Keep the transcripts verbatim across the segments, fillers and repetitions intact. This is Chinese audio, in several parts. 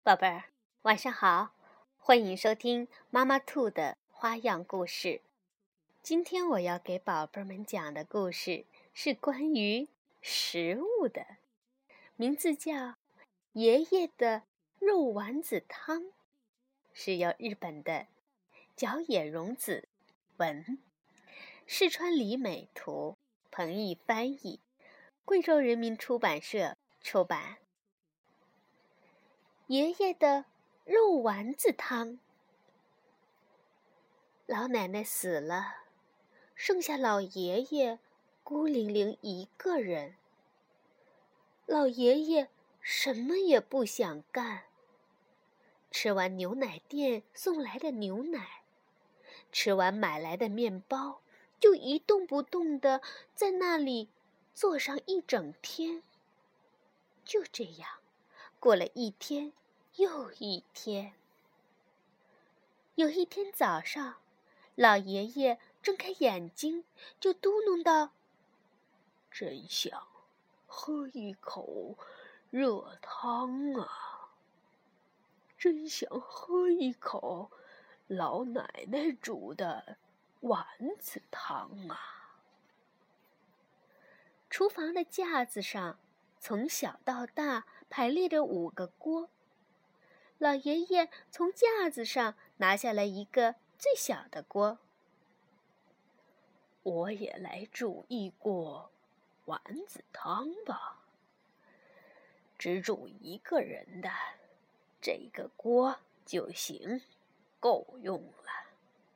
宝贝儿，晚上好，欢迎收听妈妈兔的花样故事。今天我要给宝贝们讲的故事是关于食物的，名字叫《爷爷的肉丸子汤》，是由日本的角野荣子文，四川里美图，彭毅翻译，贵州人民出版社出版。爷爷的肉丸子汤。老奶奶死了，剩下老爷爷孤零零一个人。老爷爷什么也不想干，吃完牛奶店送来的牛奶，吃完买来的面包，就一动不动地在那里坐上一整天。就这样过了一天又一天。有一天早上，老爷爷睁开眼睛，就嘟哝道：“真想喝一口热汤啊！真想喝一口老奶奶煮的丸子汤啊！”厨房的架子上，从小到大排列着五个锅。老爷爷从架子上拿下来一个最小的锅。我也来煮一锅丸子汤吧，只煮一个人的，这个锅就行，够用了。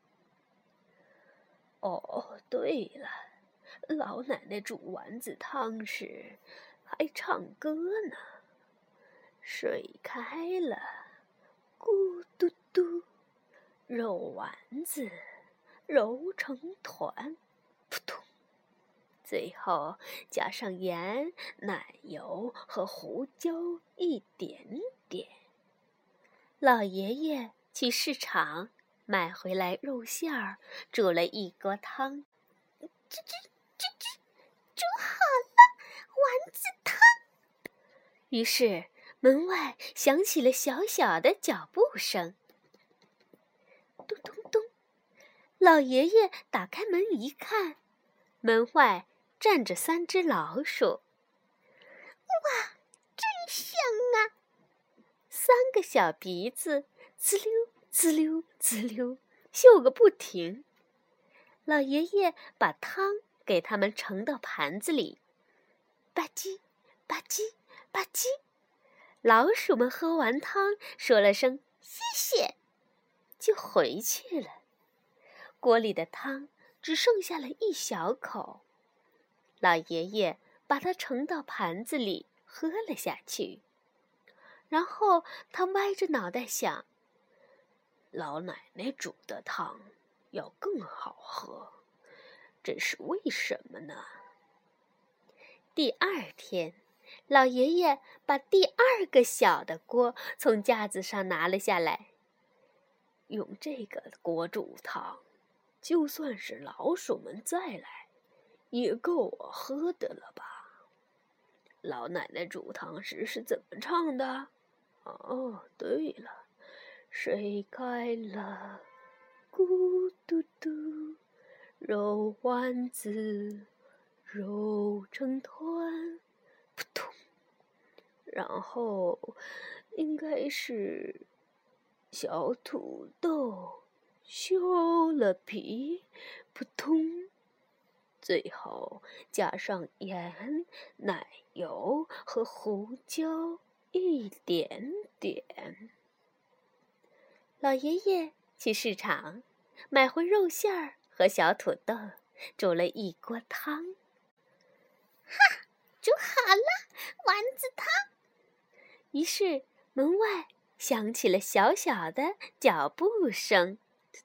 哦，对了，老奶奶煮丸子汤时还唱歌呢，水开了，咕嘟嘟，肉丸子揉成团，扑通，最后加上盐、奶油和胡椒一点点。老爷爷去市场买回来肉馅儿，煮了一锅汤。吱吱吱吱，煮好了，丸子汤。于是门外响起了小小的脚步声，咚咚咚。老爷爷打开门一看，门外站着三只老鼠。哇，真香啊！三个小鼻子滋溜滋溜滋溜嗅个不停。老爷爷把汤给他们盛到盘子里，吧唧吧唧吧唧。老鼠们喝完汤，说了声谢谢，就回去了。锅里的汤只剩下了一小口，老爷爷把它盛到盘子里喝了下去。然后他歪着脑袋想，老奶奶煮的汤要更好喝，这是为什么呢？第二天，老爷爷把第二个小的锅从架子上拿了下来。用这个锅煮汤，就算是老鼠们再来，也够我喝的了吧？老奶奶煮汤时是怎么唱的？哦，对了，水开了，咕嘟嘟，肉丸子揉成团，扑通。然后应该是小土豆削了皮，扑通。最后加上盐、奶油和胡椒一点点。老爷爷去市场买回肉馅儿和小土豆，煮了一锅汤。哈，煮好了，丸子汤。于是门外响起了小小的脚步声，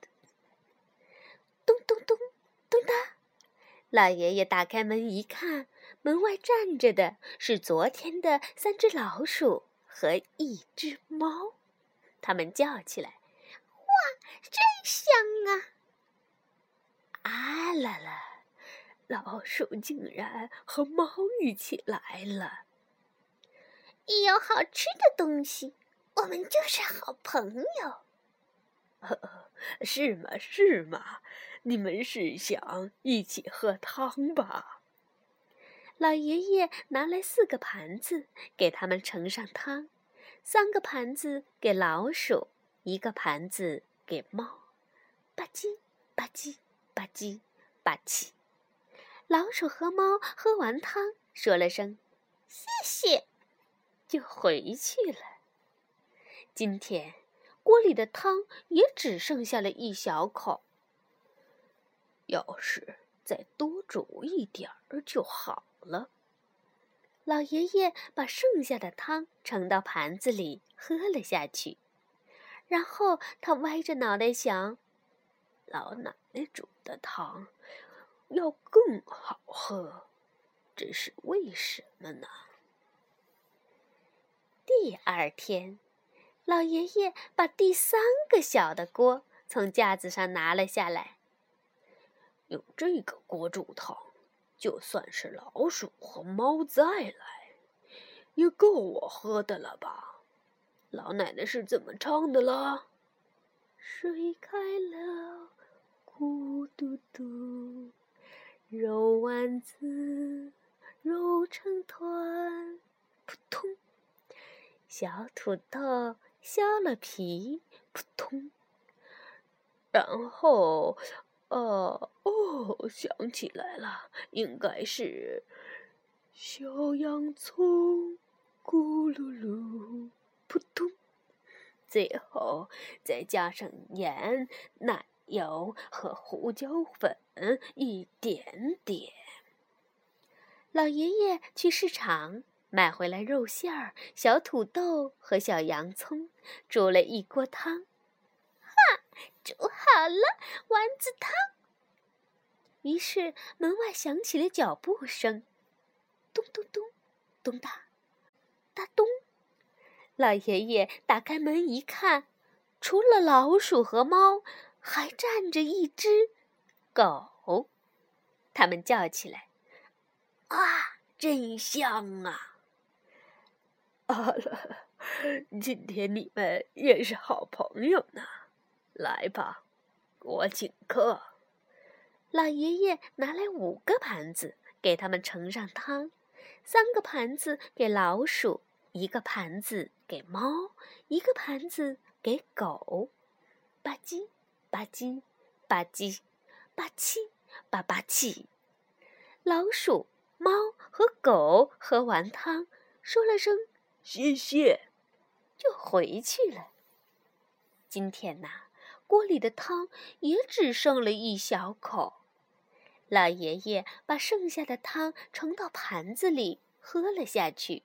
咚咚咚咚哒。老爷爷打开门一看，门外站着的是昨天的三只老鼠和一只猫。他们叫起来：“哇，真香啊！”啊啦啦，老鼠竟然和猫一起来了。一有好吃的东西， 我们就是好朋友。 呵呵，是吗？是吗？你们是想一起喝汤吧？ 老爷爷拿来四个盘子，给他们盛上汤，三个盘子给老鼠，一个盘子给猫。吧唧吧唧吧唧吧唧，老鼠和猫喝完汤，说了声谢谢，就回去了。今天锅里的汤也只剩下了一小口， 要是再多煮一点儿就好了。 老爷爷把剩下的汤盛到盘子里，喝了下去。然后他歪着脑袋想， 老奶奶煮的汤要更好喝，这是为什么呢？ 第二天，老爷爷把第三个小的锅从架子上拿了下来。 用这个锅煮汤，就算是老鼠和猫再来，也够我喝的了吧？老奶奶是怎么唱的啦？ 水开了，咕嘟嘟，肉丸子揉成团，扑通。小土豆削了皮，扑通。 然后，呃，哦，想起来了，应该是小洋葱，咕噜噜，扑通。最后再加上盐、奶油和胡椒粉一点点。 老爷爷去市场买回来肉馅儿、小土豆和小洋葱，煮了一锅汤。哈，煮好了，丸子汤。于是门外响起了脚步声，咚咚咚，咚哒，哒咚。老爷爷打开门一看，除了老鼠和猫，还站着一只狗。他们叫起来：“啊，真香啊！” 啊了，今天你们也是好朋友呢。来吧，我请客。 老爷爷拿来五个盘子，给他们盛上汤，三个盘子给老鼠，一个盘子给猫，一个盘子给狗。吧唧吧唧吧唧吧唧吧吧唧，老鼠、猫和狗喝完汤，说了声谢谢， 就回去了。今天呐，锅里的汤也只剩了一小口。老爷爷把剩下的汤盛到盘子里，喝了下去。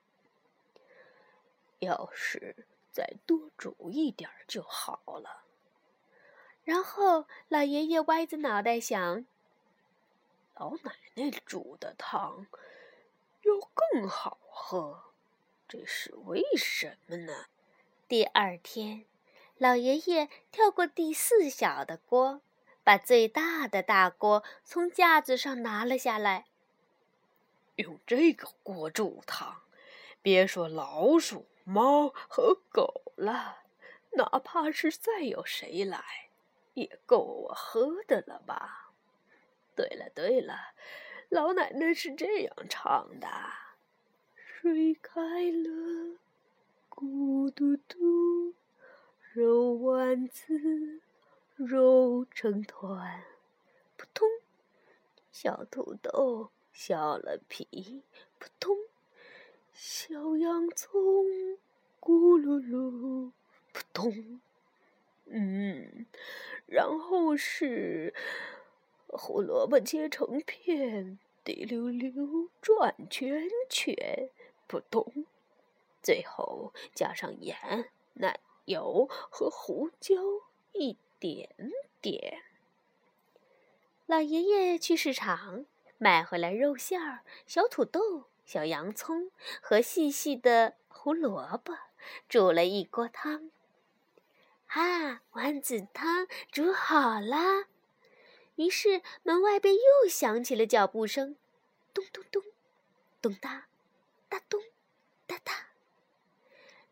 要是再多煮一点儿就好了。 然后老爷爷歪着脑袋想， 老奶奶煮的汤要更好喝，这是为什么呢？ 第二天，老爷爷跳过第四小的锅，把最大的大锅从架子上拿了下来。 用这个锅煮汤，别说老鼠、猫和狗了，哪怕是再有谁来，也够我喝的了吧？对了对了，老奶奶是这样唱的：水开了，咕嘟嘟，肉丸子揉成团，扑通，小土豆削了皮，扑通，小洋葱咕噜噜，扑通。嗯，然后是胡萝卜切成片，滴溜溜转圈圈，扑通。最后加上盐、奶油和胡椒一点点。 老爷爷去市场买回来肉馅儿、小土豆、小洋葱和细细的胡萝卜，煮了一锅汤。啊，丸子汤煮好啦！于是门外边又响起了脚步声，咚咚咚，咚哒，哒咚，哒哒。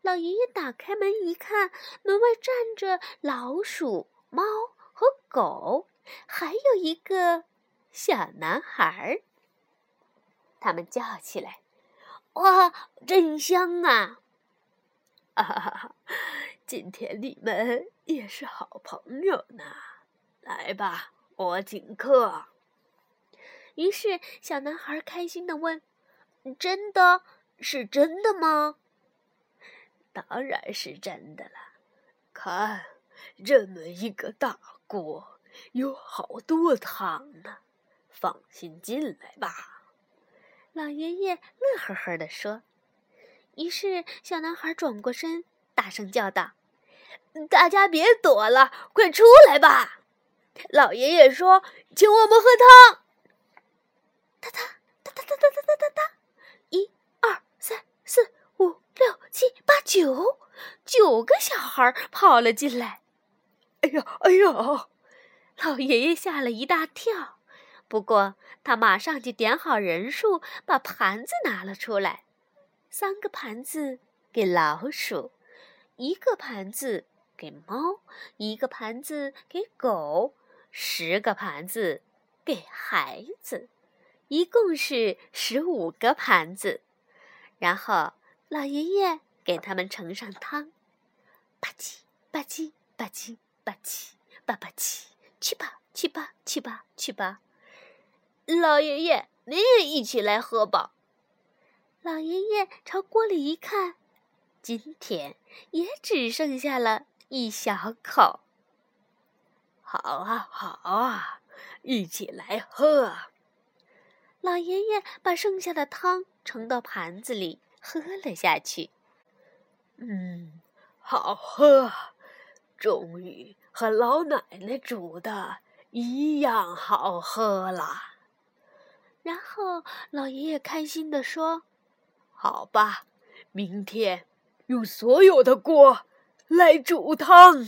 老爷爷打开门一看，门外站着老鼠、猫和狗，还有一个小男孩。他们叫起来：“哇，真香啊！”啊哈哈，今天你们也是好朋友呢。来吧，我请客。于是小男孩开心地问：“真的？是真的吗？”当然是真的了。看，这么一个大锅，有好多汤呢。放心进来吧。老爷爷乐呵呵地说。于是小男孩转过身，大声叫道：“大家别躲了，快出来吧！老爷爷说，请我们喝汤。”哒哒哒哒哒哒哒哒哒，一二三四五六七八九，九个小孩跑了进来。哎呀哎呀！老爷爷吓了一大跳，不过他马上就点好人数，把盘子拿了出来。三个盘子给老鼠，一个盘子给猫，一个盘子给狗，十个盘子给孩子，一共是十五个盘子。然后老爷爷给他们盛上汤，吧唧吧唧吧唧吧唧吧吧唧，去吧去吧去吧去吧。老爷爷，您也一起来喝吧。老爷爷朝锅里一看，今天也只剩下了一小口。好啊好啊，一起来喝。老爷爷把剩下的汤盛到盘子里，喝了下去。嗯，好喝，终于和老奶奶煮的一样好喝了。然后老爷爷开心地说：“好吧，明天用所有的锅来煮汤。”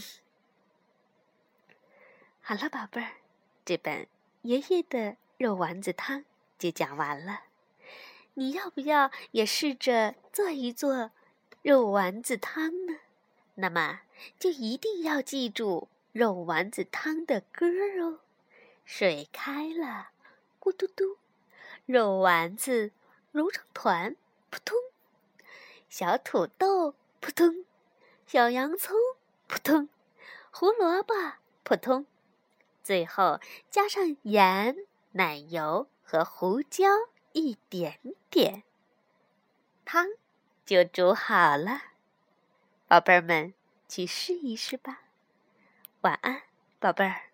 好了，宝贝儿，这本爷爷的肉丸子汤就讲完了。你要不要也试着做一做肉丸子汤呢？那么就一定要记住肉丸子汤的歌哦。水开了，咕嘟嘟，肉丸子揉成团，扑通；小土豆，扑通；小洋葱，扑通；胡萝卜，扑通。最后加上盐、奶油和胡椒一点点，汤就煮好了。宝贝儿们，去试一试吧。晚安，宝贝儿。